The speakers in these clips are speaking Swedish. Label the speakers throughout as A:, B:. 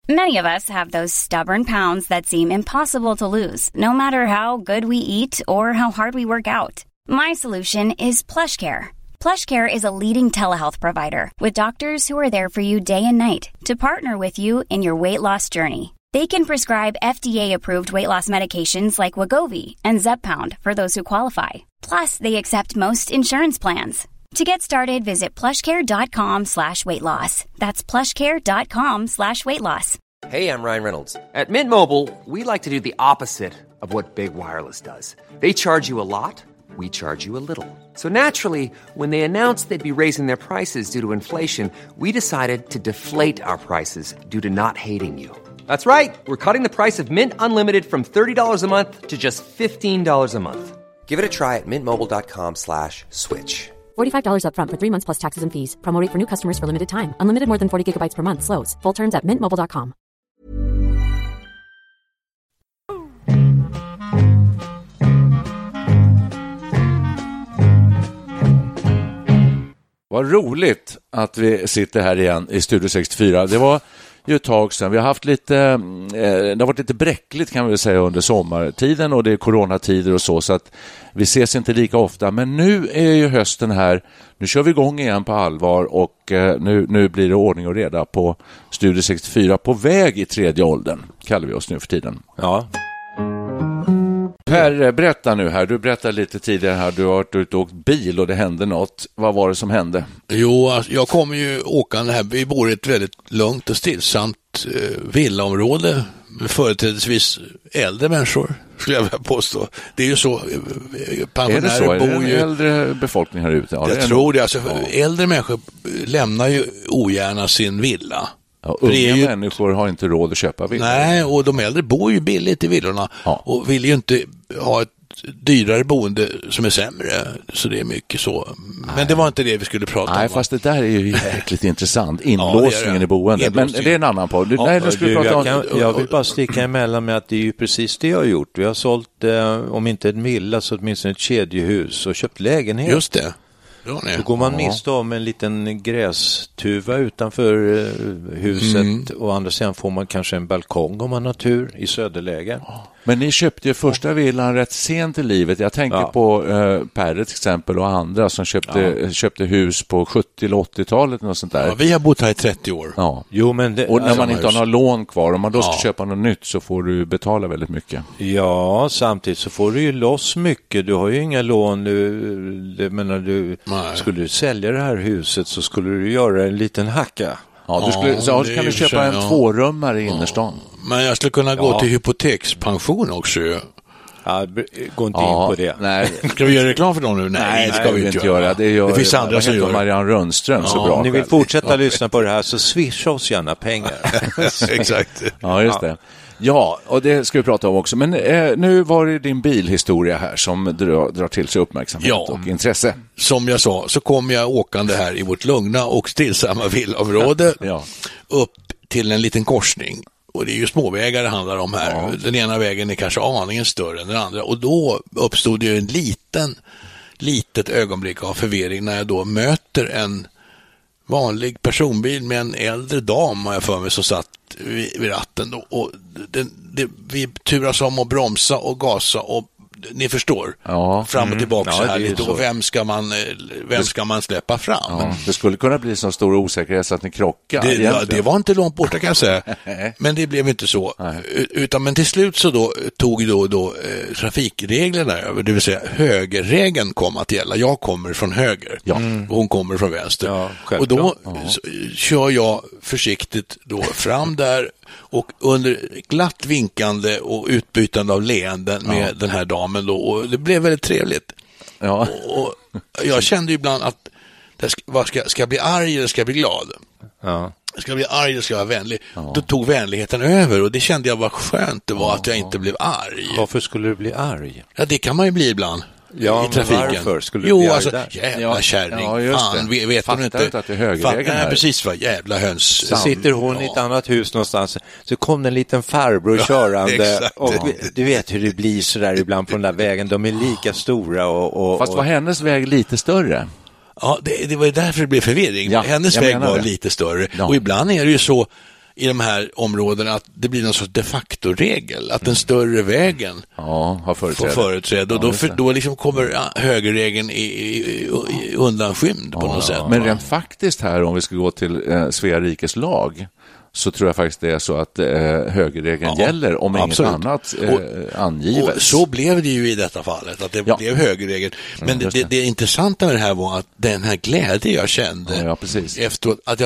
A: Many of us have those stubborn pounds that seem impossible to lose, no matter how good we eat or how hard we work out. My solution is PlushCare. PlushCare is a leading telehealth provider with doctors who are there for you day and night to partner with you in your weight loss journey. They can prescribe FDA-approved weight loss medications like Wegovy and Zepbound for those who qualify. Plus, they accept most insurance plans. To get started, visit plushcare.com/weightloss. That's plushcare.com/weightloss.
B: Hey, I'm Ryan Reynolds. At Mint Mobile, we like to do the opposite of what Big Wireless does. They charge you a lot, we charge you a little. So naturally, when they announced they'd be raising their prices due to inflation, we decided to deflate our prices due to not hating you. That's right. We're cutting the price of Mint Unlimited from $30 a month to just $15 a month. Give it a try at mintmobile.com/switch.
C: $45 up front for 3 months plus taxes and fees. Promo rate for new customers for limited time. Unlimited more than 40 gigabytes per month. Slows full terms at mintmobile.com.
D: Vad roligt att vi sitter här igen i Studio 64. Det var ju ett tag sedan. Vi har haft lite, det har varit lite bräckligt kan vi väl säga under sommartiden och det är coronatider och så att vi ses inte lika ofta. Men nu är ju hösten här. Nu kör vi igång igen på allvar och nu blir det ordning och reda på Studio 64 på väg i tredje åldern kallar vi oss nu för tiden.
E: Ja.
D: Per, berätta nu här. Du berättade lite tidigare här. Du har varit ute och åkt bil och det hände något. Vad var det som hände?
E: Jo, alltså, jag kommer ju åkande här. Vi bor i ett väldigt lugnt och stillsamt villaområde med företrädesvis äldre människor, skulle jag vilja påstå. Det är ju så. Pensionärer
D: är det så?
E: bor
D: är det
E: ju...
D: äldre befolkning här ute? Ja,
E: jag tror det. Alltså, äldre människor lämnar ju ogärna sin villa.
D: Ja, unga människor har inte råd att köpa villor.
E: Nej, och de äldre bor ju billigt i villorna och vill ju inte ha ett dyrare boende som är sämre. Så det är mycket så. Men det var inte det vi skulle prata om.
D: Nej, fast det där är ju jäkligt intressant. Inlåsningen i boendet. Men det är en annan på.
F: Jag vill bara sticka emellan med att det är ju precis det jag har gjort. Vi har sålt, om inte en villa så åtminstone ett kedjehus och köpt lägenhet.
E: Just det.
F: Då går man miste om en liten grästuva utanför huset och andra sidan får man kanske en balkong om man har tur i söderläge.
D: Men ni köpte ju första villan rätt sent i livet. Jag tänker på Per till exempel och andra som köpte hus på 70- eller 80-talet och sånt där.
E: Ja, vi har bott här i 30 år.
D: Ja.
F: Jo, men
D: och när man inte har några lån kvar, om man då ska köpa något nytt så får du betala väldigt mycket.
F: Ja, samtidigt så får du ju loss mycket. Du har ju inga lån. Skulle du sälja det här huset så skulle du göra en liten hacka.
D: Ja, så kan du köpa en 2-rummare i innerstan.
E: Men jag skulle kunna gå till hypotekspension också.
F: Ja, gå inte in på det.
D: Nej.
E: Ska vi göra reklam för dem nu? Nej, det ska vi inte göra.
D: Det finns andra som gör Marianne Rönnström så bra.
F: Om ni vill fortsätta lyssna på det här så swisha oss gärna pengar.
E: Exakt.
D: Ja, just det. Ja, och det ska vi prata om också. Men nu var det din bilhistoria här som drar till sig uppmärksamhet och intresse.
E: Som jag sa så kom jag åkande här i vårt lugna och stillsamma villaområde upp till en liten korsning. Och det är ju småvägar det handlar om här. Ja. Den ena vägen är kanske aningen större än den andra. Och då uppstod ju en litet ögonblick av förvirring när jag då möter en vanlig personbil med en äldre dam har jag för mig som satt vid ratten då. Och vi turas om att bromsa och gasa och ni förstår, fram och tillbaka så här lite. Och vem ska man släppa fram?
D: Ja, det skulle kunna bli så stor osäkerhet så att ni krockar.
E: Det var inte långt borta kan jag säga. Men det blev inte så. Men till slut så då tog då trafikreglerna över, det vill säga högerregeln kom att gälla. Jag kommer från höger och hon kommer från vänster. Ja, och då kör jag försiktigt då fram där och under glatt vinkande och utbytande av leenden med den här damen då, och det blev väldigt trevligt. Ja. Och jag kände ibland att ska jag bli arg eller ska jag bli glad? Ja. Ska jag bli arg eller ska jag vara vänlig? Ja. Då tog vänligheten över och det kände jag var skönt det var att jag inte blev arg.
F: Varför skulle du bli arg?
E: Ja, det kan man ju bli ibland.
F: Ja,
E: i trafiken.
F: Varför skulle du bli arg där?
E: Jävla kärring.
D: Fan, vet
E: du inte
D: att det är högervägen här?
E: Precis vad jävla höns.
F: Så sitter hon i ett annat hus någonstans. Så kom en liten farbror körande. Och du vet hur det blir så där ibland på den där vägen. De är lika stora.
D: Fast var hennes väg lite större?
E: Ja, det var därför det blev förvirring. Ja, hennes väg var lite större. Ja. Och ibland är det ju så i de här områdena att det blir någon sorts de facto-regel, att den större vägen
D: har
E: företräde. Och då liksom kommer högerregeln i undanskymd på något sätt.
D: Men rent faktiskt här, om vi ska gå till Svea rikes lag, så tror jag faktiskt det är så att högerregeln gäller om inget annat angivet.
E: Och så blev det ju i detta fallet, att det blev högerregeln. Men det intressanta med det här var att den här glädje jag kände efteråt, att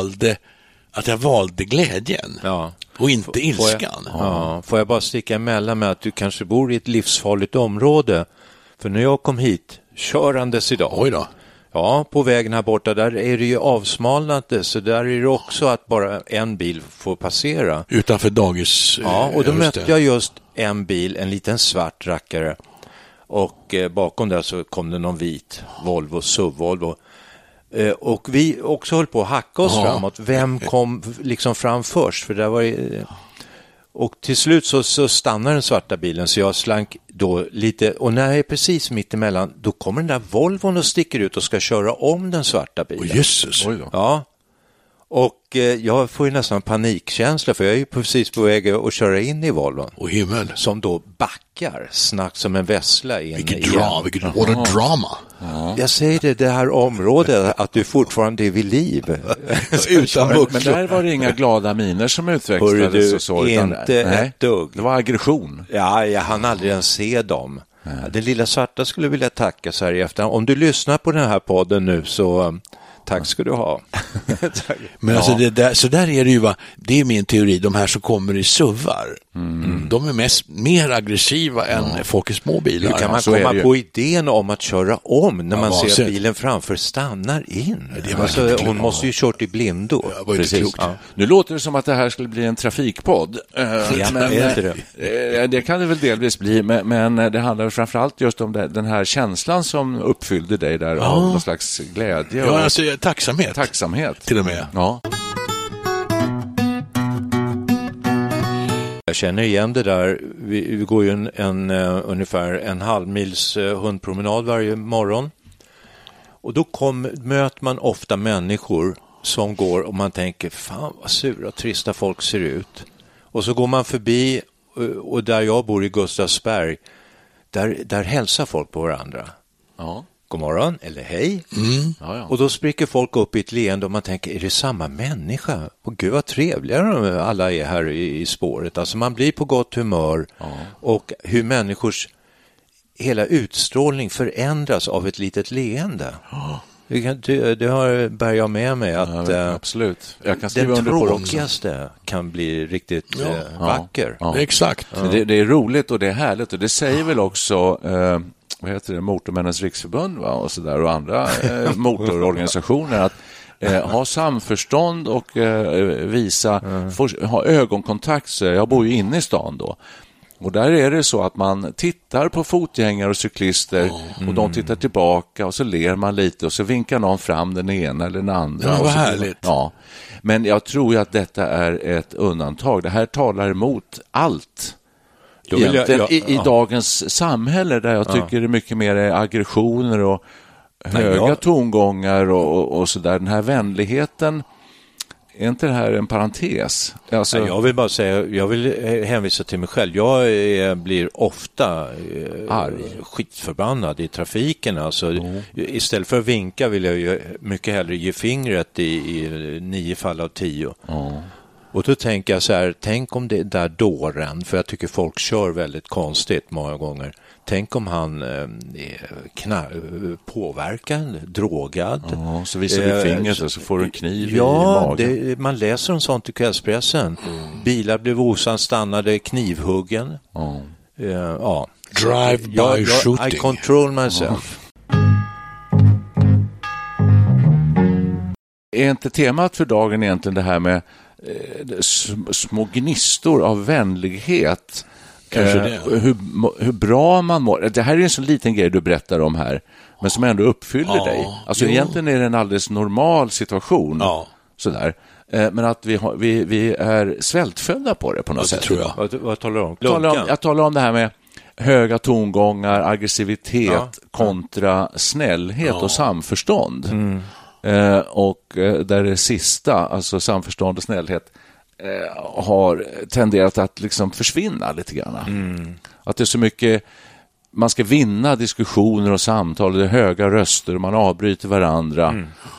E: jag valde glädjen och inte ilskan.
F: Får jag bara sticka emellan med att du kanske bor i ett livsfarligt område. För när jag kom hit, körandes idag.
E: Oj då.
F: Ja, på vägen här borta, där är det ju avsmalnat, så där är det också att bara en bil får passera.
E: Utanför dagis.
F: Ja, och då mötte jag just en bil, en liten svart rackare. Och bakom där så kom det någon vit Volvo, SUV-Volvo. Och vi också höll på att hacka oss framåt. Vem kom liksom fram först? För där var och till slut så stannar den svarta bilen, så jag slank då lite, och när jag är precis mitt emellan, då kommer den där Volvon och sticker ut och ska köra om den svarta bilen.
E: Jesus.
F: Ja. Och jag får ju nästan panikkänsla, för jag är ju precis på väg att köra in i Volvon.
E: Och himmel.
F: Som då backar, snack som en vessla in.
E: Vilket drama.
F: Jag säger det här området, att du fortfarande är vid liv.
E: Utan
D: men där var det inga glada miner som utvecklades.
F: Och så, inte ett dugg.
D: Det var aggression.
F: Ja, jag hann aldrig ens se dem. Den lilla svarta skulle vilja tacka så här i efterhand. Om du lyssnar på den här podden nu, så tack ska du ha.
E: Men alltså så där är det ju, det är min teori, de här som kommer i SUVar, de är mer aggressiva än folk i små bilar.
F: Hur kan man komma på idén om att köra om när man ser att bilen framför stannar in? Alltså, hon måste ju kört i blindo.
E: Precis.
D: Nu låter det som att det här skulle bli en trafikpodd. Det kan det väl delvis bli, men det handlar framförallt just om den här känslan som uppfyllde dig där av någon slags glädje.
E: Ja, alltså tacksamhet till och med.
D: Ja.
F: Jag känner igen det där. Vi går ju ungefär en halvmils hundpromenad varje morgon. Och då möter man ofta människor som går och man tänker, fan vad sura och trista folk ser ut. Och så går man förbi, och där jag bor i Gustavsberg, där hälsar folk på varandra.
D: Ja.
F: God morgon, eller hej. Och då spricker folk upp i ett leende och man tänker, är det samma människa? Och gud vad trevliga alla är här i spåret. Alltså man blir på gott humör, och hur människors hela utstrålning förändras av ett litet leende. Det bär jag med mig att
D: absolut. Jag kan skriva
F: den
D: under på
F: tråkigaste kan bli riktigt vacker.
E: Ja. Exakt.
D: Det är roligt och det är härligt, och det säger väl också vad heter det, Motormännens riksförbund och så där, och andra motororganisationer, att ha samförstånd och ha ögonkontakt. Så jag bor ju inne i stan då. Och där är det så att man tittar på fotgängare och cyklister och de tittar tillbaka och så ler man lite och så vinkar någon fram den ena eller den andra.
E: Ja, vad härligt.
D: Ja. Men jag tror ju att detta är ett undantag. Det här talar emot allt. I dagens samhälle, där jag tycker det är mycket mer aggressioner och höga tongångar och så där. Den här vänligheten, är inte det här en parentes? Alltså...
F: Jag vill bara säga, jag vill hänvisa till mig själv. Jag blir ofta skitförbannad i trafiken. Alltså, istället för att vinka vill jag ju mycket hellre ge fingret i 9 fall av 10. Och då tänker jag så här, tänk om det där dåren, för jag tycker folk kör väldigt konstigt många gånger. Tänk om han är påverkad, drogad.
D: Så visar vi fingret och så får du en kniv i magen.
F: Man läser om sånt i kvällspressen. Bilar blev osanstannade, knivhuggen.
E: Drive-by shooting.
F: I control myself.
D: Är inte temat för dagen egentligen det här med små gnistor av vänlighet? Hur bra man mår. Det här är en så liten grej du berättar om här, men som ändå uppfyller dig. Alltså egentligen är det en alldeles normal situation. Sådär. Men att vi är svältfödda på det på något sätt.
E: Tror jag.
F: Vad talar du om?
D: Jag talar om det här med höga tongångar, aggressivitet kontra snällhet och samförstånd. Och där det sista, alltså samförstånd och snällhet, har tenderat att liksom försvinna lite grann. Att det är så mycket, man ska vinna diskussioner och samtal, det är höga röster och man avbryter varandra.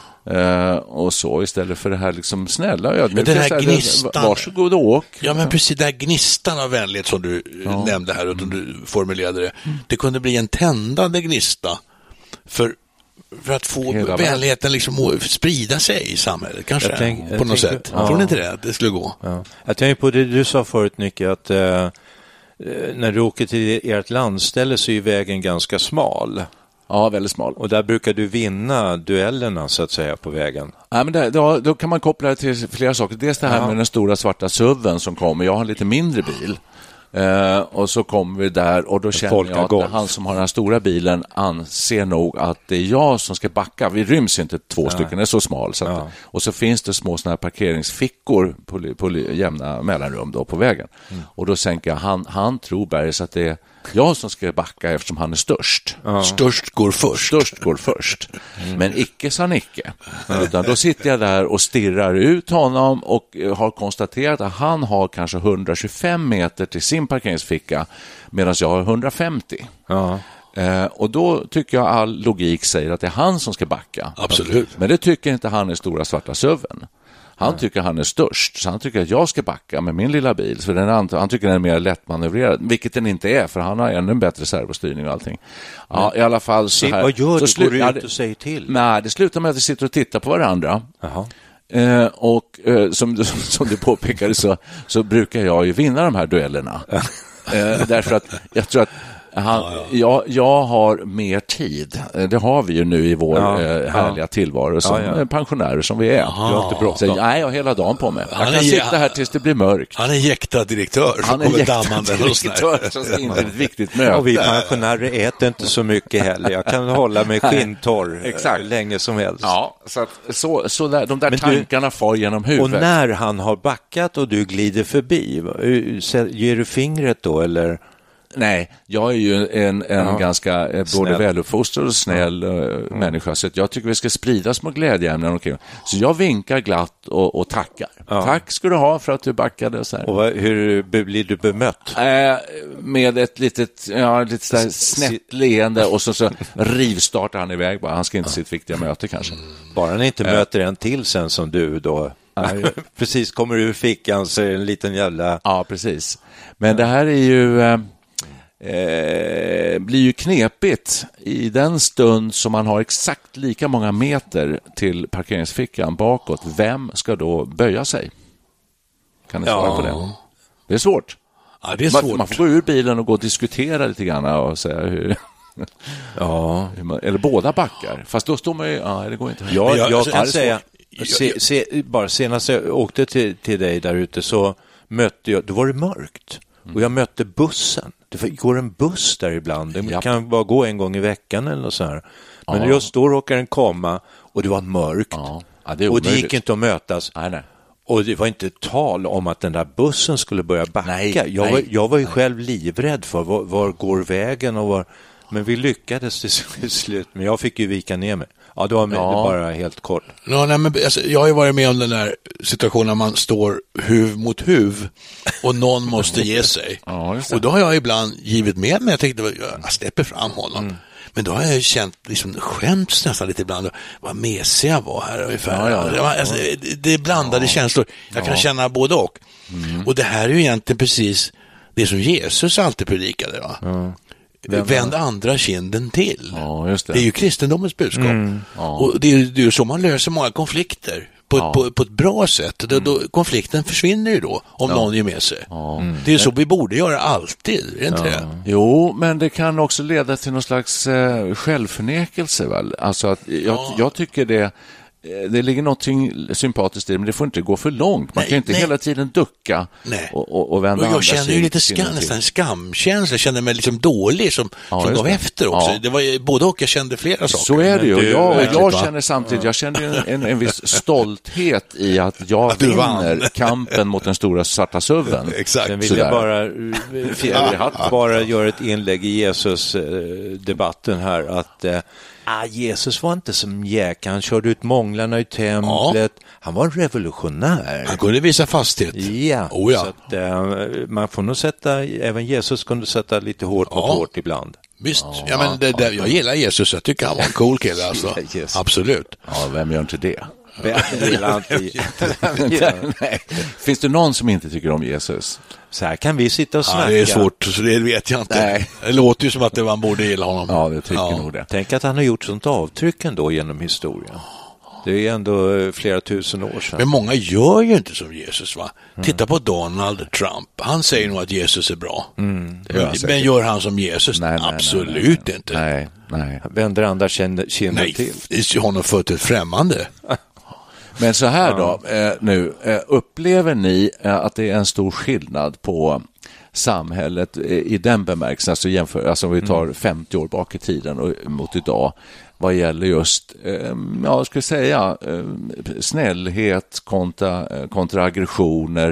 D: Och så istället för det här liksom snälla ödmjuka.
E: Den här gnistan,
D: varsågod och åk.
E: Ja, men precis, den här gnistan av vänlighet som du nämnde här och du formulerade det. Det kunde bli en tändande gnista för att få vänligheten liksom att sprida sig i samhället kanske på något sätt. Tror ni inte det att det skulle gå?
F: Ja. Jag tänker på det du sa förut, Nicke, att när du åker till ert landställe så är vägen ganska smal.
D: Ja, väldigt smal.
F: Och där brukar du vinna duellerna så att säga på vägen.
D: Ja, men då kan man koppla det till flera saker. Dels det här med den stora svarta SUVen som kommer. Jag har en lite mindre bil. Och så kommer vi där och då känner jag att han som har den här stora bilen anser nog att det är jag som ska backa. Vi ryms inte två stycken, det är så smal. Så att, och så finns det små såna här parkeringsfickor på jämna mellanrum då på vägen. Och då tänker jag, han tror Bergs att det är jag som ska backa eftersom han är störst.
E: Störst går först.
D: Störst går först. Men icke sa Nicke. Utan då sitter jag där och stirrar ut honom och har konstaterat att han har kanske 125 meter till sin parkeringsficka medan jag har 150. Och då tycker jag all logik säger att det är han som ska backa.
E: Absolut.
D: Men det tycker inte han är stora svarta SUVen. Han tycker han är störst, så han tycker att jag ska backa med min lilla bil. Så han tycker den är mer lättmanövrerad, vilket den inte är, för han har ännu bättre servostyrning och allting. Ja, i alla fall så här.
F: Vad gör du? Går du ut och säger till?
D: Nej, det slutar med att vi sitter och tittar på varandra. Och som du påpekade så brukar jag ju vinna de här duellerna. Därför att jag tror att jag har mer tid. Det har vi ju nu i vår härliga tillvaro som pensionärer som vi är. Jag har hela dagen på mig. Jag kan sitta här tills det blir mörkt.
E: Han är jäktad direktör.
D: Han är jäktad direktör som ska in till ett viktigt möte.
F: Och vi pensionärer äter inte så mycket heller. Jag kan hålla mig skinntorr länge som helst.
D: Ja, så där, de där tankarna far genom huvudet.
F: Och när han har backat och du glider förbi, ger du fingret då eller?
D: Nej, jag är ju en ganska både väluppfostrad och snäll människa, så att jag tycker vi ska sprida små glädjeämnen omkring. Så jag vinkar glatt och tackar. Tack ska du ha för att du backade. Och så här.
F: Och hur blir du bemött?
D: Med ett litet snett leende och så rivstartar han iväg. Han ska inte sitt viktiga möte kanske.
F: Bara han inte möter en till sen som du då. Precis, kommer ur fickan så är det en liten jävla...
D: Ja, precis. Men det här är ju... blir ju knepigt i den stund som man har exakt lika många meter till parkeringsfickan bakåt. Vem ska då böja sig? Kan ni svara på det? Det är svårt.
E: Ja, det är svårt.
D: Man får gå ur bilen och gå och diskutera lite grann och säga hur... eller båda backar. Fast då står man ju... det går inte.
F: Jag kan säga... bara senast jag åkte till dig där ute så mötte jag... Då var det mörkt. Och jag mötte bussen. Det går en buss där ibland. Det kan bara gå en gång i veckan eller så här. Men just då råkar den komma och det var mörkt. Och det gick inte att mötas.
D: Nej.
F: Och det var inte tal om att den där bussen skulle börja backa. Nej. Jag var ju själv livrädd för var går vägen och var... Men vi lyckades till slut. Men jag fick ju vika ner mig. Ja, det var bara helt kort.
E: Jag har ju varit med om den där situationen när man står huv mot huv och någon måste ge sig. Och då har jag ibland givit med mig. Jag tänkte, jag släpper fram honom. Men då har jag känt, liksom, skämts nästan lite ibland. Vad mesig jag var här ungefär. Det är blandade känslor. Jag kan känna både och. Och det här är ju egentligen precis det som Jesus alltid predikade. Vänd andra kinden till.
D: Just det.
E: Det är ju kristendomens budskap. Och det är ju så man löser många konflikter på ett bra sätt. Då konflikten försvinner ju då om någon ger med sig. Det är så vi borde göra alltid, är det inte det?
D: Jo, men det kan också leda till någon slags självförnekelse väl? Alltså att jag tycker det ligger någonting sympatiskt i det, men det får inte gå för långt. Man kan inte hela tiden ducka och vända andra.
E: Jag känner ju lite nästan skamkänsla. Jag kände mig liksom dålig som gav efter också. Det var både och, jag kände flera saker.
D: Så är det ju. Jag känner samtidigt, jag kände en viss stolthet i att jag vinner kampen mot den stora svarta SUVen.
E: Exakt.
F: Sen vill jag bara göra ett inlägg i Jesus-debatten här att Jesus var inte som jäkare. Han körde ut månglarna i templet. Ja. Han var en revolutionär.
E: Han kunde visa fasthet.
F: Ja,
E: ja.
F: Så att, man får nog sätta, även Jesus kunde sätta lite hårt på hårt ibland.
E: Visst, jag gillar Jesus. Jag tycker han var en cool kille alltså. Absolut.
D: Ja, vem gör inte det? Nej. Finns det någon som inte tycker om Jesus?
F: Så här kan vi sitta och snacka.
E: Ja, det är svårt, så det vet jag inte. Nej. Det låter ju som att man borde gilla honom.
D: Ja, det tycker nog det.
F: Tänk att han har gjort sånt avtryck ändå genom historien. Det är ändå flera tusen år sedan.
E: Men många gör ju inte som Jesus, va? Titta på Donald Trump. Han säger nog att Jesus är bra. Men gör han som Jesus? Nej, absolut inte.
D: Nej.
F: Vänder andra kinden till.
E: Det är honom fått ett främmande.
D: Men så här då, nu, upplever ni att det är en stor skillnad på samhället i den bemärkelsen, alltså om vi tar 50 år bak i tiden och mot idag, vad gäller just, jag skulle säga, snällhet kontra aggressioner,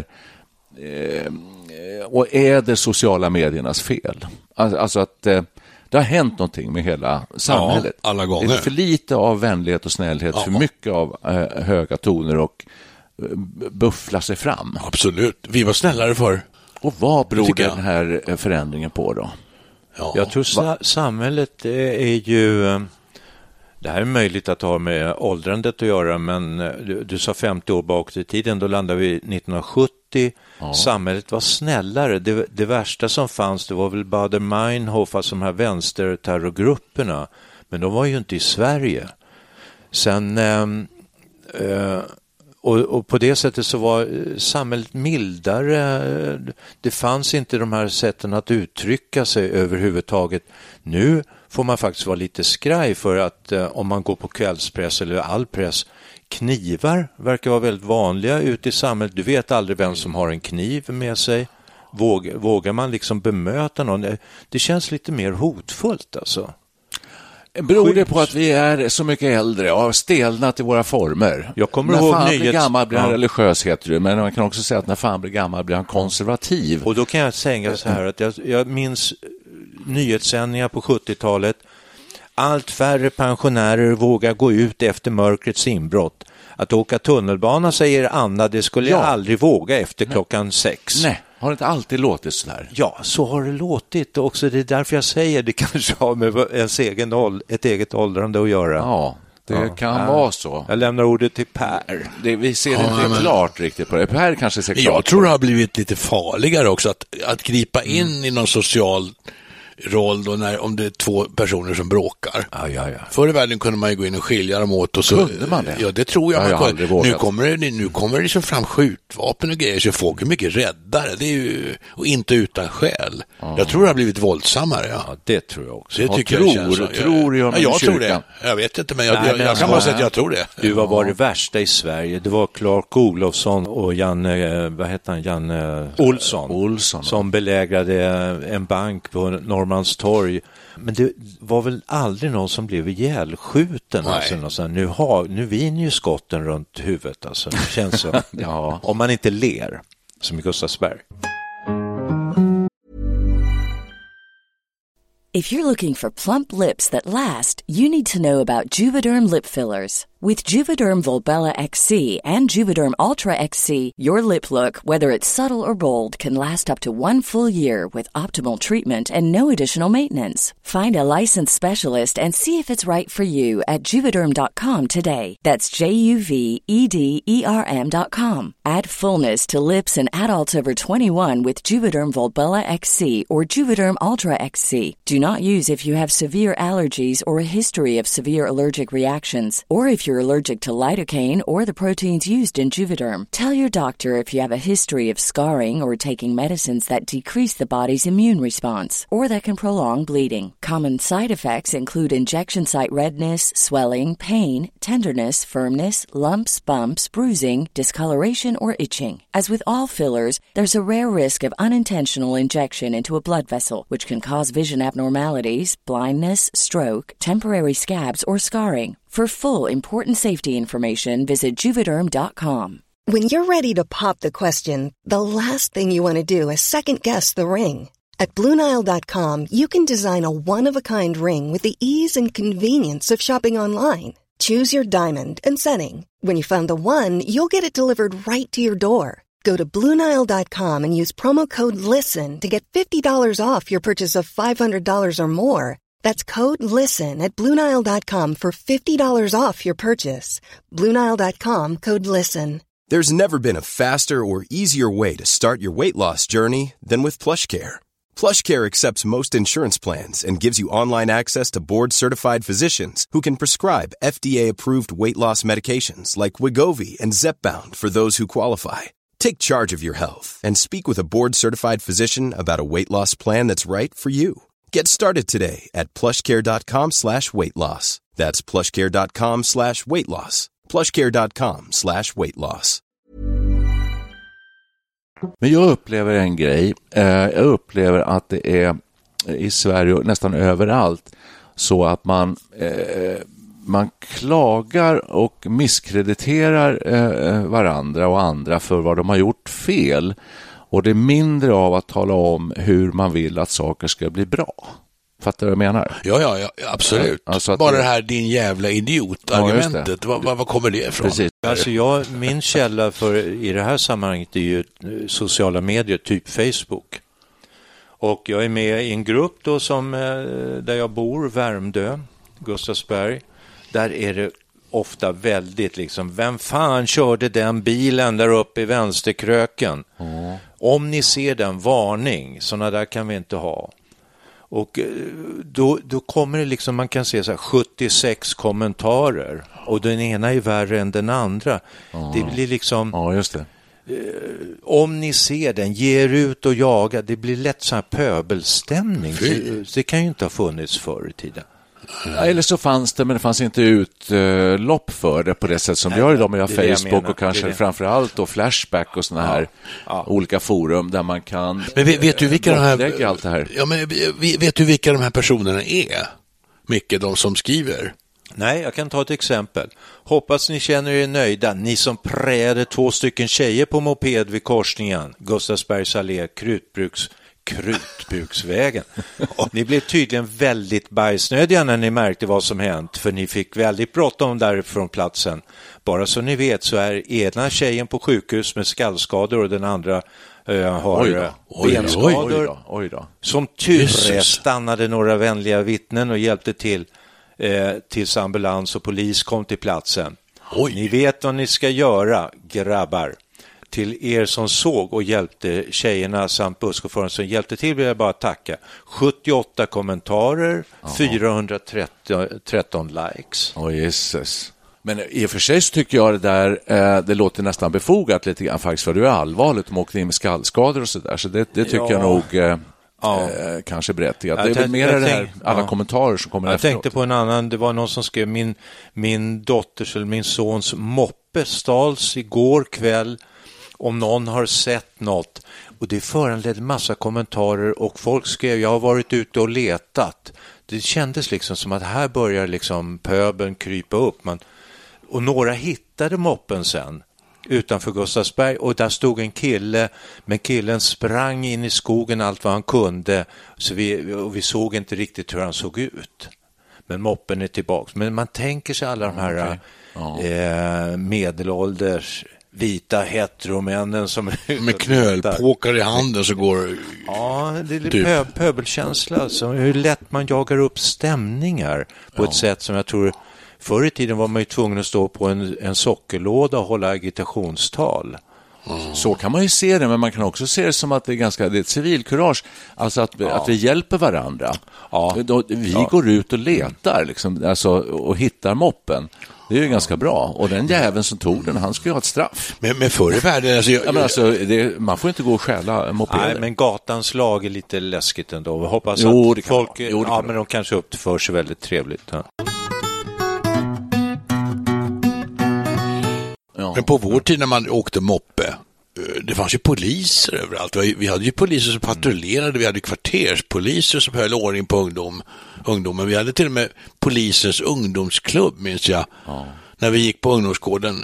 D: och är det sociala mediernas fel? Alltså att det har hänt någonting med hela samhället.
E: Ja, alla gånger.
D: Det är för lite av vänlighet och snällhet, för mycket av höga toner och buffla sig fram.
E: Absolut, vi var snällare förr.
D: Och vad beror den här förändringen på då?
F: Ja. Jag tror samhället är ju... Det här är möjligt att ha med åldrandet att göra, men du sa 50 år bak i tiden, då landade vi 1970. Ja. Samhället var snällare. Det värsta som fanns, det var väl Baader-Meinhof, alltså de här vänsterterrorgrupperna. Men de var ju inte i Sverige. Sen... Och på det sättet så var samhället mildare. Det fanns inte de här sätten att uttrycka sig överhuvudtaget. Nu får man faktiskt vara lite skraj för att om man går på kvällspress eller all press, knivar verkar vara väldigt vanliga ute i samhället. Du vet aldrig vem som har en kniv med sig. Vågar man liksom bemöta någon? Det känns lite mer hotfullt alltså.
D: Beror det på att vi är så mycket äldre och har stelnat i våra former?
F: Jag kommer ihåg
D: när fan blir gammal blir han religiös, heter det. Men man kan också säga att när fan blir gammal blir han konservativ.
F: Och då kan jag säga så här att jag minns nyhetssändningar på 70-talet. Allt färre pensionärer vågar gå ut efter mörkrets inbrott. Att åka tunnelbana, säger Anna, det skulle jag aldrig våga efter klockan 6.
D: Nej. Har det inte alltid låtit så här?
F: Ja, så har det låtit. Och också det är därför jag säger det kanske har med ett eget åldrande att göra.
D: Ja, det kan vara så.
F: Jag lämnar ordet till Per.
D: Vi ser inte klart riktigt på det. Per kanske ser klart.
E: Jag tror det har blivit lite farligare också att gripa in i någon social roll då om det är två personer som bråkar.
F: Ja.
E: Förr i världen kunde man ju gå in och skilja dem åt. Och så,
D: kunde man det?
E: Ja, det tror jag. Nu kommer det liksom fram skjutvapen och grejer, så folk är mycket räddare. Det är ju, och inte utan skäl. Jag tror det har blivit våldsammare.
F: Ja, det tror jag också.
E: Det tycker jag känns så. Jag tror det. Jag vet inte, men jag kan bara säga att jag tror det.
F: Du, vad var det värsta i Sverige? Det var Clark Olofsson och Janne Olsson som belägrade en bank på Norrmalmstorg. Men det var väl aldrig någon som blev ihjälskjuten. Alltså, nu viner ju skotten runt huvudet. Alltså. Det känns så. Ja. Om man inte ler, som i Gustavsberg.
G: If you're looking for plump lips that last, you need to know about Juvederm lip fillers. With Juvederm Volbella XC and Juvederm Ultra XC, your lip look, whether it's subtle or bold, can last up to 1 full year with optimal treatment and no additional maintenance. Find a licensed specialist and see if it's right for you at Juvederm.com today. That's JUVEDERM.com. Add fullness to lips in adults over 21 with Juvederm Volbella XC or Juvederm Ultra XC. Do not use if you have severe allergies or a history of severe allergic reactions, or if you're allergic to lidocaine or the proteins used in Juvederm. Tell your doctor if you have a history of scarring or taking medicines that decrease the body's immune response or that can prolong bleeding. Common side effects include injection site redness, swelling, pain, tenderness, firmness, lumps, bumps, bruising, discoloration, or itching. As with all fillers, there's a rare risk of unintentional injection into a blood vessel, which can cause vision abnormalities, blindness, stroke, temporary scabs, or scarring. For full, important safety information, visit Juvederm.com.
H: When you're ready to pop the question, the last thing you want to do is second-guess the ring. At BlueNile.com, you can design a one-of-a-kind ring with the ease and convenience of shopping online. Choose your diamond and setting. When you find the one, you'll get it delivered right to your door. Go to BlueNile.com and use promo code LISTEN to get $50 off your purchase of $500 or more. That's code LISTEN at BlueNile.com for $50 off your purchase. BlueNile.com, code LISTEN.
I: There's never been a faster or easier way to start your weight loss journey than with PlushCare. PlushCare accepts most insurance plans and gives you online access to board-certified physicians who can prescribe FDA-approved weight loss medications like Wegovy and Zepbound for those who qualify. Take charge of your health and speak with a board-certified physician about a weight loss plan that's right for you. Get started today at plushcare.com/weightloss. That's plushcare.com/weightloss. plushcare.com/weightloss.
D: Men jag upplever en grej. Jag upplever att det är i Sverige och nästan överallt så att man klagar och misskrediterar varandra och andra för vad de har gjort fel. Och det är mindre av att tala om hur man vill att saker ska bli bra. Fattar du vad jag menar?
E: Ja, absolut. Alltså bara det här din jävla idiot-argumentet. Ja, vad kommer det ifrån?
F: Precis. Alltså min källa i det här sammanhanget är ju sociala medier, typ Facebook. Och jag är med i en grupp då där jag bor, Värmdö, Gustavsberg. Där är det ofta väldigt liksom, vem fan körde den bilen där uppe i vänsterkröken? Om ni ser den, varning, sådana där kan vi inte ha. Och då kommer det liksom, man kan se så här 76 kommentarer och den ena är värre än den andra. Det blir liksom,
D: ja, just det.
F: Om ni ser den, ge er ut och jaga. Det blir lätt så här pöbelstämning. Det kan ju inte ha funnits förr i tiden.
D: Eller så fanns det, men det fanns inte utlopp för det på det sätt som vi har idag med Facebook och kanske framförallt då Flashback och såna här olika forum där man kan
E: vet du vilka
D: allt det här.
E: Ja, men vet du vilka de här personerna är? Micke, de som skriver?
F: Nej, jag kan ta ett exempel. Hoppas ni känner er nöjda. Ni som präade 2 stycken tjejer på moped vid korsningen. Gustavsbergs allé, Krutbruksvägen. Ni blev tydligen väldigt bajsnödiga när ni märkte vad som hänt, för ni fick väldigt bråttom därifrån platsen. Bara så ni vet så är ena tjejen på sjukhus med skallskador och den andra har benskador.
D: Oj då.
F: Som tur stannade några vänliga vittnen och hjälpte till tills ambulans och polis kom till platsen. Ni vet vad ni ska göra, grabbar. Till er som såg och hjälpte tjejerna samt busschauffören som hjälpte till vill jag bara tacka. 78 kommentarer, 413 likes.
D: Jesus. Men i och för sig så tycker jag det låter nästan befogat lite grann faktiskt, för det är allvarligt om åkte in med skallskador och sådär. Så det tycker jag nog kanske berättigat. Det är väl mer det här, alla kommentarer som kommer efteråt.
F: Jag tänkte på en annan, det var någon som skrev min dotters eller min sons moppe stals igår kväll. Om någon har sett något, och det föranledde massa kommentarer och folk skrev, jag har varit ute och letat. Det kändes liksom som att här börjar liksom pöbeln krypa upp. Och några hittade moppen sen utanför Gustavsberg och där stod en kille, men killen sprang in i skogen allt vad han kunde, så vi såg inte riktigt hur han såg ut. Men moppen är tillbaka. Men man tänker sig alla de här medelålders vita heteromännen som
E: med knölpåkar i handen så går.
F: Ja, det är lite pöbelkänsla, alltså hur lätt man jagar upp stämningar på ett sätt som jag tror förr i tiden var man ju tvungen att stå på en sockerlåda och hålla agitationstal.
D: Så kan man ju se det, men man kan också se det som att det är ett civilkurage, alltså att vi hjälper varandra. Vi går ut och letar liksom, alltså, och hittar moppen. Det är ju ganska bra. Och den jäveln som tog den, han ska ju ha ett straff.
E: Men förr i världen...
D: man får inte gå och stjäla mopeder.
F: Nej, men gatans lag är lite läskigt ändå. Jag hoppas att folk... men de kanske uppför sig väldigt trevligt. Ja.
E: Men på vår tid när man åkte moppe, det fanns ju poliser överallt. Vi hade ju poliser som patrullerade, vi hade kvarterspoliser som höll ordning på ungdomen. Vi hade till och med polisens ungdomsklubb, minns jag. när vi gick på ungdomsgården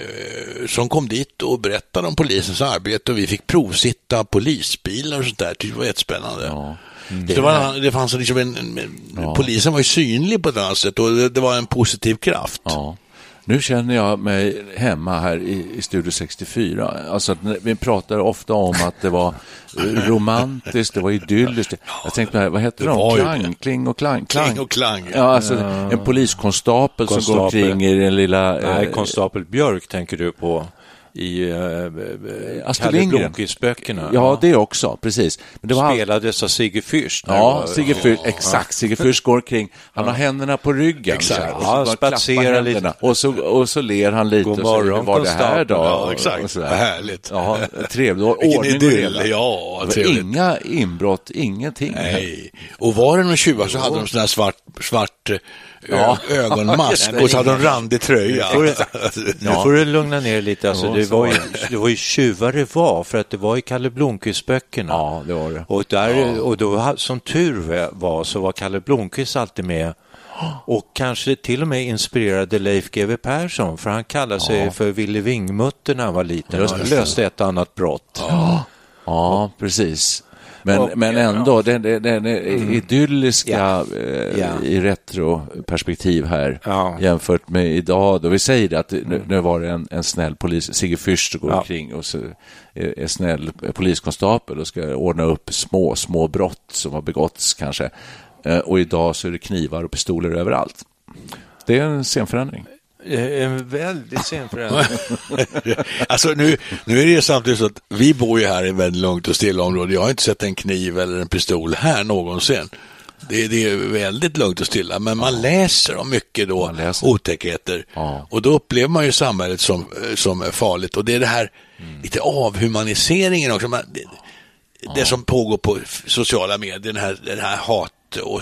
E: som kom dit och berättade om polisens arbete och vi fick provsitta polisbilar och sånt där. Det var jättespännande. Ja. Det fanns liksom polisen var ju synlig på ett annat sätt och det var en positiv kraft.
D: Ja. Nu känner jag mig hemma här i Studio 64. Alltså att vi pratar ofta om att det var romantiskt, det var idylliskt. Jag tänkte, vad heter de? Kling och klang. Ja, alltså en poliskonstapel som går kring i den lilla...
F: Nej, konstapel Björk tänker du på i Kalle Blomqvist-böckerna.
D: Ja, det också, precis. Men det var
F: spelades av Sigge Fürst.
D: Ja, Sigge Fürst, exakt. Sigge Fürst går kring, han har händerna på ryggen.
F: Exakt. Ja, spatserar lite.
D: Och så ler han lite.
F: God morgon,
D: och så, var det här då?
E: Ja, exakt. Vad härligt.
D: Ja, trevligt. Ordning och reda.
E: Ja, trevligt.
D: Inga inbrott, ingenting.
E: Nej. Och var det någon tjuvar så hade de sån här svart ögonmask och så hade de randig tröja.
F: Nu får du lugna ner lite. Alltså, det var ju tjuvar det var, för att det var i Kalle Blomqvist-böckerna.
D: Ja, det var det.
F: Och då, som tur var, så var Kalle Blomqvist alltid med. Och kanske till och med inspirerade Leif GW Persson, för han kallade sig för Ville Vingmutter när han var liten och löste ett annat brott.
D: Ja, precis. Men ändå, den idylliska i retroperspektiv här jämfört med idag. Då vi säger det att nu var det en snäll polis, Sigge Fürst går omkring och så är snäll poliskonstapel och ska ordna upp små brott som har begåtts kanske. Och idag så är det knivar och pistoler överallt. Det är en scenförändring.
F: En väldigt scenförändring.
E: Alltså nu är det ju samtidigt så att vi bor ju här i väldigt långt och stilla område. Jag har inte sett en kniv eller en pistol här någonsin. Det är väldigt lugnt och stilla, men man läser om mycket då otäckheter. Och då upplever man ju samhället som är farligt. Och det är det här lite avhumaniseringen också. Det som pågår på sociala medier, den här hat och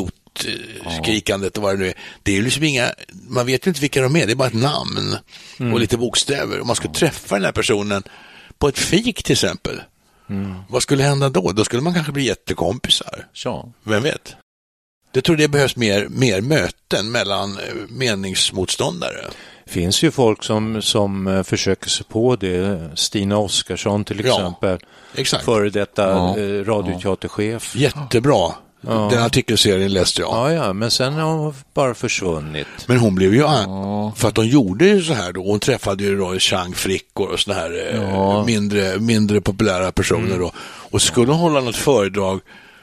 E: skrikandet och vad det nu är. Det är ju liksom man vet ju inte vilka de är, det är bara ett namn och lite bokstäver. Om man skulle träffa den här personen på ett fik till exempel, vad skulle hända då? Då skulle man kanske bli jättekompisar. Vem vet? Jag tror det behövs mer möten mellan meningsmotståndare.
F: Det finns ju folk som försöker sig på det. Stina Oskarsson till exempel.
E: Exakt.
F: Före detta radioteaterchef.
E: Jättebra. Den artikelserien läste jag.
F: Ja, men sen har hon bara försvunnit.
E: Men hon blev ju för att de gjorde ju så här då. Hon träffade ju då Chang Frickor och såna här mindre populära personer då. Och skulle hon hålla något föredrag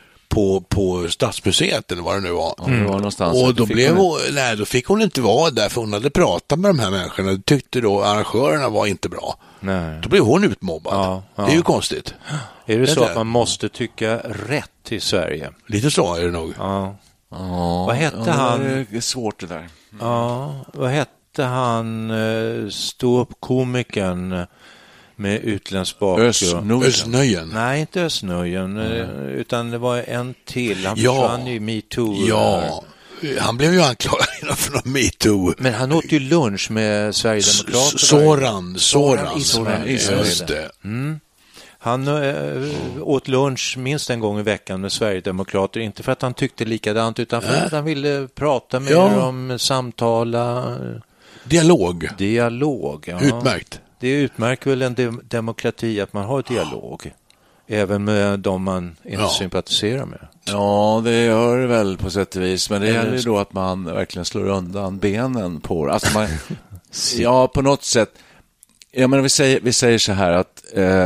E: på Stadsmuseet eller vad det nu var.
D: Det var någonstans.
E: Och då fick hon inte vara där, för hon hade pratat med de här människorna. Det tyckte då arrangörerna var inte bra.
F: Nej.
E: Då blev hon utmobbad. Det är ju konstigt.
F: Är det så att man måste tycka rätt i Sverige?
E: Lite så är det nog.
F: Vad hette han?
D: Det är svårt det där.
F: Vad hette han ståuppkomikern med utländsk bakgrund?
E: Östnöjen.
F: Nej, inte Östnöjen, utan det var en till. Han försvann ju MeToo.
E: Ja, han blev ju anklagad för någon MeToo.
F: Men han åt ju lunch med Sverigedemokraterna.
E: Soran. Just det.
F: Han åt lunch minst en gång i veckan med Sverigedemokrater, inte för att han tyckte likadant, utan för att han ville prata med dem, samtala.
E: Dialog.
F: Utmärkt. Det utmärker väl en demokrati att man har dialog. Även med dem man inte sympatiserar med.
D: Ja, det gör det väl på sätt och vis. Men det gäller ju då att man verkligen slår undan benen på. Alltså på något sätt. Ja, men vi säger så här att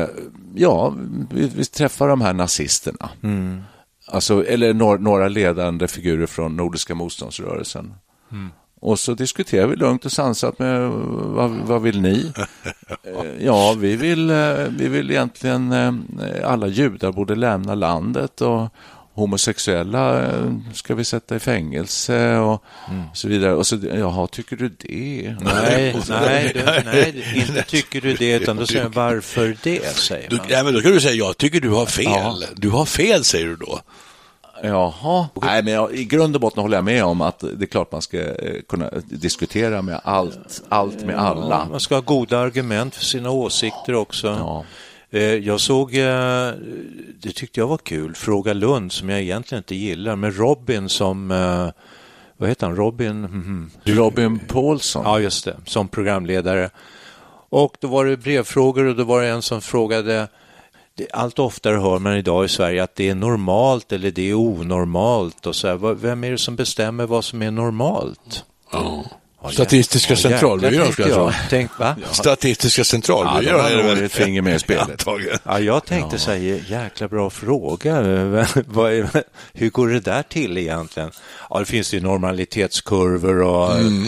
D: vi träffar de här nazisterna. Alltså, eller några ledande figurer från Nordiska motståndsrörelsen. Och så diskuterar vi lugnt och sansat med vad vill ni? Vi vill egentligen alla judar borde lämna landet och homosexuella ska vi sätta i fängelse och så vidare. Och så, tycker du det?
F: Nej, inte tycker du det, utan då säger varför det, säger man.
E: Men då kan du säga, jag tycker du har fel. Du har fel, säger du då.
D: Jaha. Nej, men i grund och botten håller jag med om att det är klart man ska kunna diskutera med allt med alla.
F: Man ska ha goda argument för sina åsikter också. Jag såg, det tyckte jag var kul, Fråga Lund, som jag egentligen inte gillar, med Robin som vad heter han,
D: Robin Paulsson.
F: Ja, just det, som programledare. Och då var det brevfrågor och då var det en som frågade, allt oftare hör man idag i Sverige att det är normalt eller det är onormalt och så här, vem är det som bestämmer vad som är normalt?
E: Statistiska centralbyrån ska jag tro.
F: Tänk, va?
E: Statistiska centralbyrån
D: är det väl ett finger med i spelet.
F: Ja, jag tänkte säga, jäkla bra fråga. Hur går det där till egentligen? Ja, det finns ju normalitetskurvor och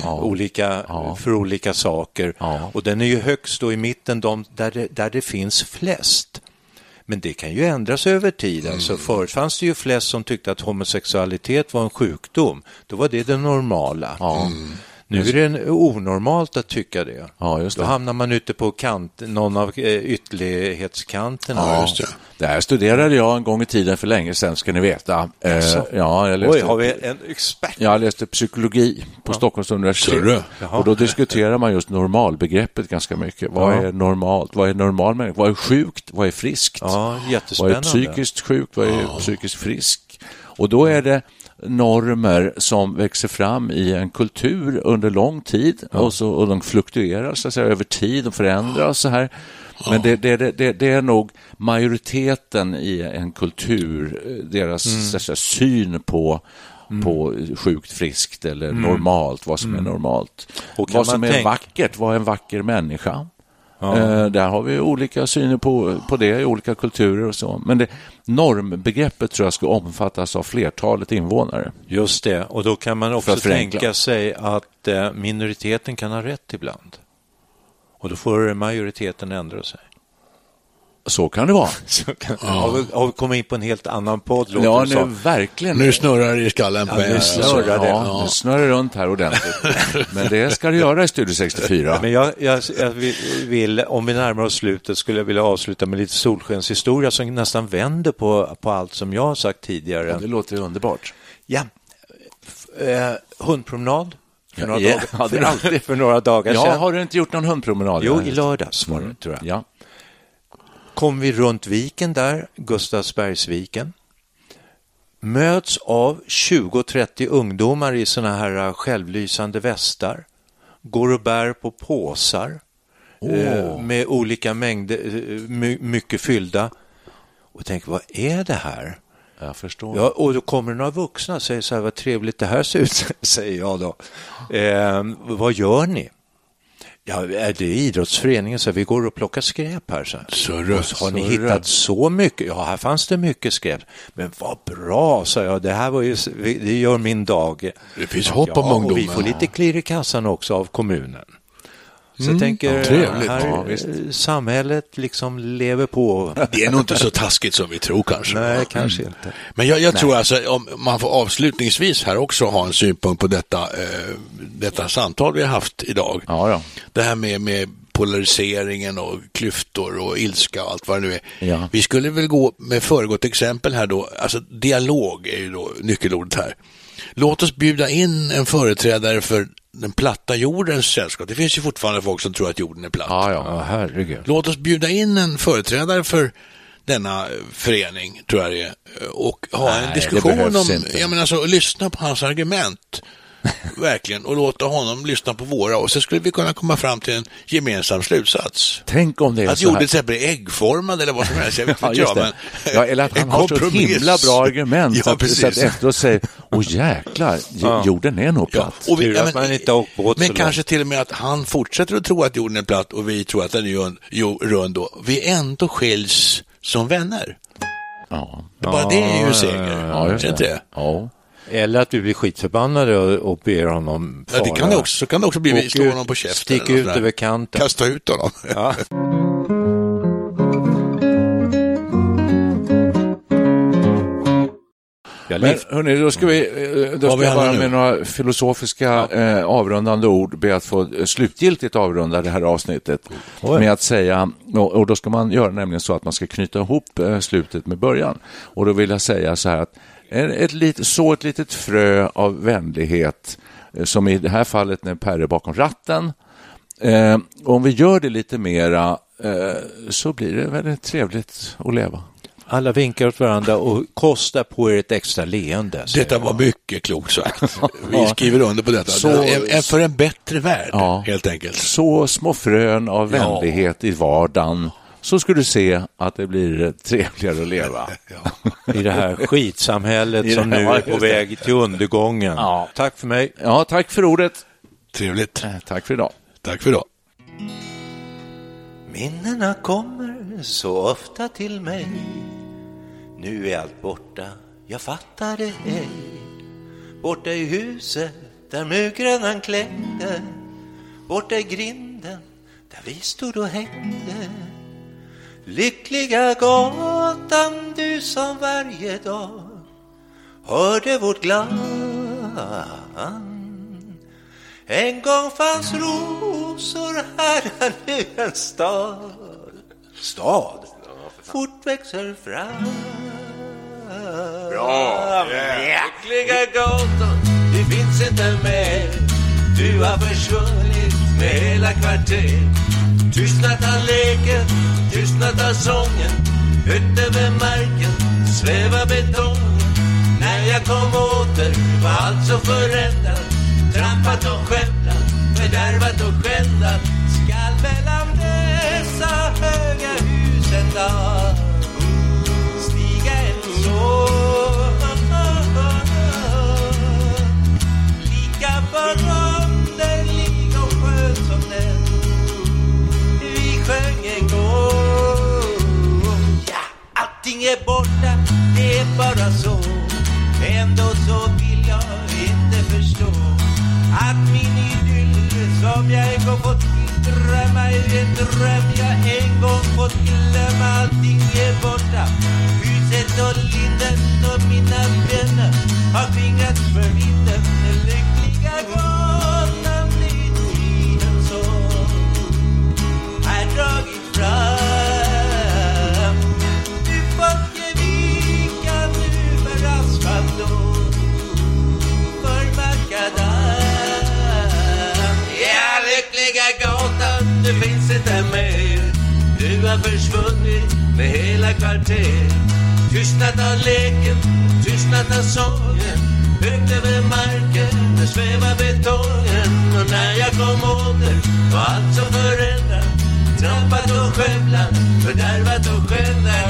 F: för olika saker. Ja. Och den är ju högst då i mitten där det finns flest. Men det kan ju ändras över tiden. Så förut fanns det ju flest som tyckte att homosexualitet var en sjukdom. Då var det normala. Nu är det onormalt att tycka det. Ja, just det. Då hamnar man ute på någon av ytterlighetskanterna.
D: Ja, just det. Det här studerade jag en gång i tiden för länge sedan, ska ni veta. Jag läste,
F: har vi en expert?
D: Jag läste psykologi på Stockholms universitet. Och då diskuterar man just normalbegreppet ganska mycket. Vad är normalt? Vad är normal människa? Vad är sjukt? Vad är friskt?
F: Ja, jättespännande.
D: Vad är psykiskt sjukt? Vad är psykiskt frisk? Och då är det normer som växer fram i en kultur under lång tid och de fluktuerar så att säga, över tid och förändras så här. Men det är nog majoriteten i en kultur, deras så att säga, syn på sjukt, friskt eller normalt, vad som är normalt. Och vad som är vackert, vad är en vacker människa? Där har vi olika syner på det i olika kulturer och så. Men normbegreppet tror jag ska omfattas av flertalet invånare.
F: Just det, och då kan man också tänka sig att minoriteten kan ha rätt ibland. Och då får majoriteten ändra sig.
D: Så kan det vara.
F: Har vi kommit in på en helt annan podd?
D: Ja, nu verkligen.
E: Nu snurrar det i skallen på
D: nu snurrar runt här ordentligt. Men det ska du göra i Studio 64.
F: Men jag vill, om vi närmar oss slutet, skulle jag vilja avsluta med lite solskenshistoria som nästan vänder på allt som jag har sagt tidigare.
D: Ja, det låter underbart.
F: Ja, hundpromenad. För några dagar sedan.
D: Ja, har du inte gjort någon hundpromenad?
F: Jo, i lördags var det, tror jag.
D: Ja.
F: Kom vi runt viken där, Gustavsbergsviken, möts av 20-30 ungdomar i såna här självlysande västar, går och bär på påsar med olika mängder, mycket fyllda, och tänker, vad är det här?
D: Jag förstår.
F: Ja, och då kommer några vuxna och säger så här, vad trevligt det här ser ut, säger jag då. Vad gör ni? Ja, det är idrottsföreningen, så vi går och plockar skräp här. Så har ni hittat så mycket? Ja, här fanns det mycket skräp. Men vad bra, sa jag. Det här var ju, det gör min dag.
E: Det finns hopp om ungdomen.
F: Och vi får lite klirr i kassan också av kommunen. Så jag tänker, samhället liksom lever på.
E: Det är nog inte så taskigt som vi tror kanske.
F: Nej, kanske inte.
E: Men jag tror alltså, om man får avslutningsvis här också ha en synpunkt på detta samtal vi har haft idag.
D: Ja.
E: Det här med polariseringen och klyftor och ilska och allt vad det nu är.
D: Ja.
E: Vi skulle väl gå med föregått exempel här då. Alltså dialog är ju då nyckelordet här. Låt oss bjuda in en företrädare för den platta jordens sällskap. Det finns ju fortfarande folk som tror att jorden är platt.
F: Ja, herregud.
E: Låt oss bjuda in en företrädare för denna förening, tror jag det är, och ha en diskussion om, jag menar så, lyssna på hans argument verkligen, och låta honom lyssna på våra, och så skulle vi kunna komma fram till en gemensam slutsats.
D: Tänk om det är
E: att
D: så här.
E: Att jorden till exempel är äggformad eller vad som helst, jag vet inte men
D: eller att han har så himla bra argument så att efteråt säger, jäklar, jorden är nog platt.
E: Och men kanske till och med att han fortsätter att tro att jorden är platt och vi tror att den är rund då. Vi ändå skiljs som vänner.
D: Ja.
E: Bara det är ju seger.
D: Ja, just
E: det.
D: Ja.
F: Eller att vi blir skitförbannade och ber honom fara.
E: Ja, det kan det också. Så kan det också bli, vi slår honom på käften.
F: Sticka ut över kanten.
E: Kasta ut honom.
F: Ja.
D: Men hörni, då ska jag bara med några filosofiska avrundande ord be att få slutgiltigt avrunda det här avsnittet med att säga, och då ska man göra nämligen så att man ska knyta ihop slutet med början. Och då vill jag säga så här att ett litet frö av vänlighet, som i det här fallet när Per är bakom ratten, om vi gör det lite mera så blir det väldigt trevligt att leva.
F: Alla vinkar åt varandra och kostar på er ett extra leende.
E: Detta var mycket klokt sagt. Vi skriver under på detta. För en bättre värld, helt enkelt.
D: Så små frön av vänlighet i vardagen, så skulle du se att det blir trevligare att leva.
F: I det här skitsamhället som nu är på väg till undergången. Ja. Tack för mig.
D: Ja, tack för ordet.
E: Trevligt.
D: Tack för idag.
E: Tack för idag.
F: Minnena kommer så ofta till mig. Nu är allt borta, jag fattar det ej. Borta i huset där muggrännan klängde. Borta i grinden där vi stod och hängde. Lyckliga gatan, du som varje dag hörde vårt glan. En gång fanns rosor här, nu en stad. Stad fort växer fram.
E: Bra.
F: Lyckliga gatan, du finns inte mer. Du har försvunnit med hela kvarter. Tystnat har leken, tystnat har sången. Ut över marken, svävar betongen. När jag kom åter var allt så förändrat. Trampat och skämtat, fördärvat och skändat. Skall mellan dessa höga husen dag stiga en sång. Lika förunderlig och skön som den vi sjöng en gång. Ja, allting är borta, det är bara så. Ändå så vill jag inte förstå att min idyll som jag en gång fått drömma i en dröm jag en gång fått glömma. Allting är borta, huset och linden och mina vänner har skingrats för vinden. Lyckliga gatan i tiden så är dragit fram. Du får ge vika nu för asfalt och för makadam. Ja, lyckliga gatan, du finns inte mer. Du har försvunnit med hela kvarter. Tystnat av leken, tystnat av sången. Högt över marken, det svävar betongen. Och när jag kom åter var allt så förändrat. Trampat och skövlat, fördärvat och skändat.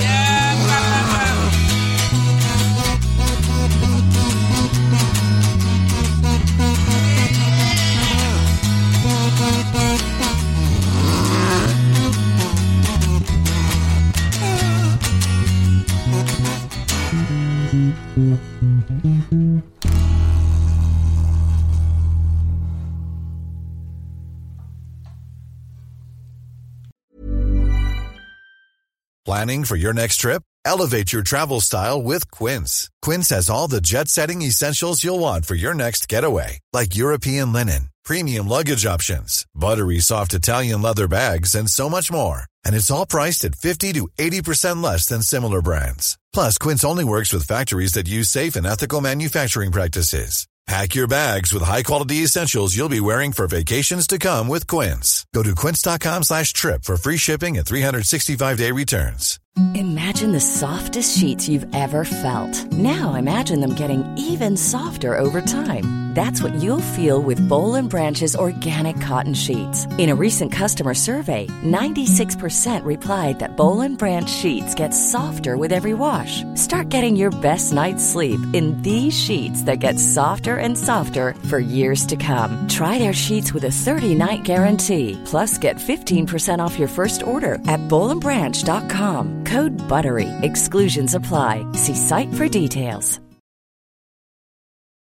J: Planning for your next trip? Elevate your travel style with Quince. Quince has all the jet-setting essentials you'll want for your next getaway, like European linen, premium luggage options, buttery soft Italian leather bags, and so much more. And it's all priced at 50 to 80% less than similar brands. Plus, Quince only works with factories that use safe and ethical manufacturing practices. Pack your bags with high-quality essentials you'll be wearing for vacations to come with Quince. Go to quince.com/trip for free shipping and 365-day returns.
G: Imagine the softest sheets you've ever felt. Now imagine them getting even softer over time. That's what you'll feel with Boll & Branch's organic cotton sheets. In a recent customer survey, 96% replied that Boll & Branch sheets get softer with every wash. Start getting your best night's sleep in these sheets that get softer and softer for years to come. Try their sheets with a 30-night guarantee. Plus, get 15% off your first order at bollandbranch.com. Code BUTTERY. Exclusions apply. See site for details.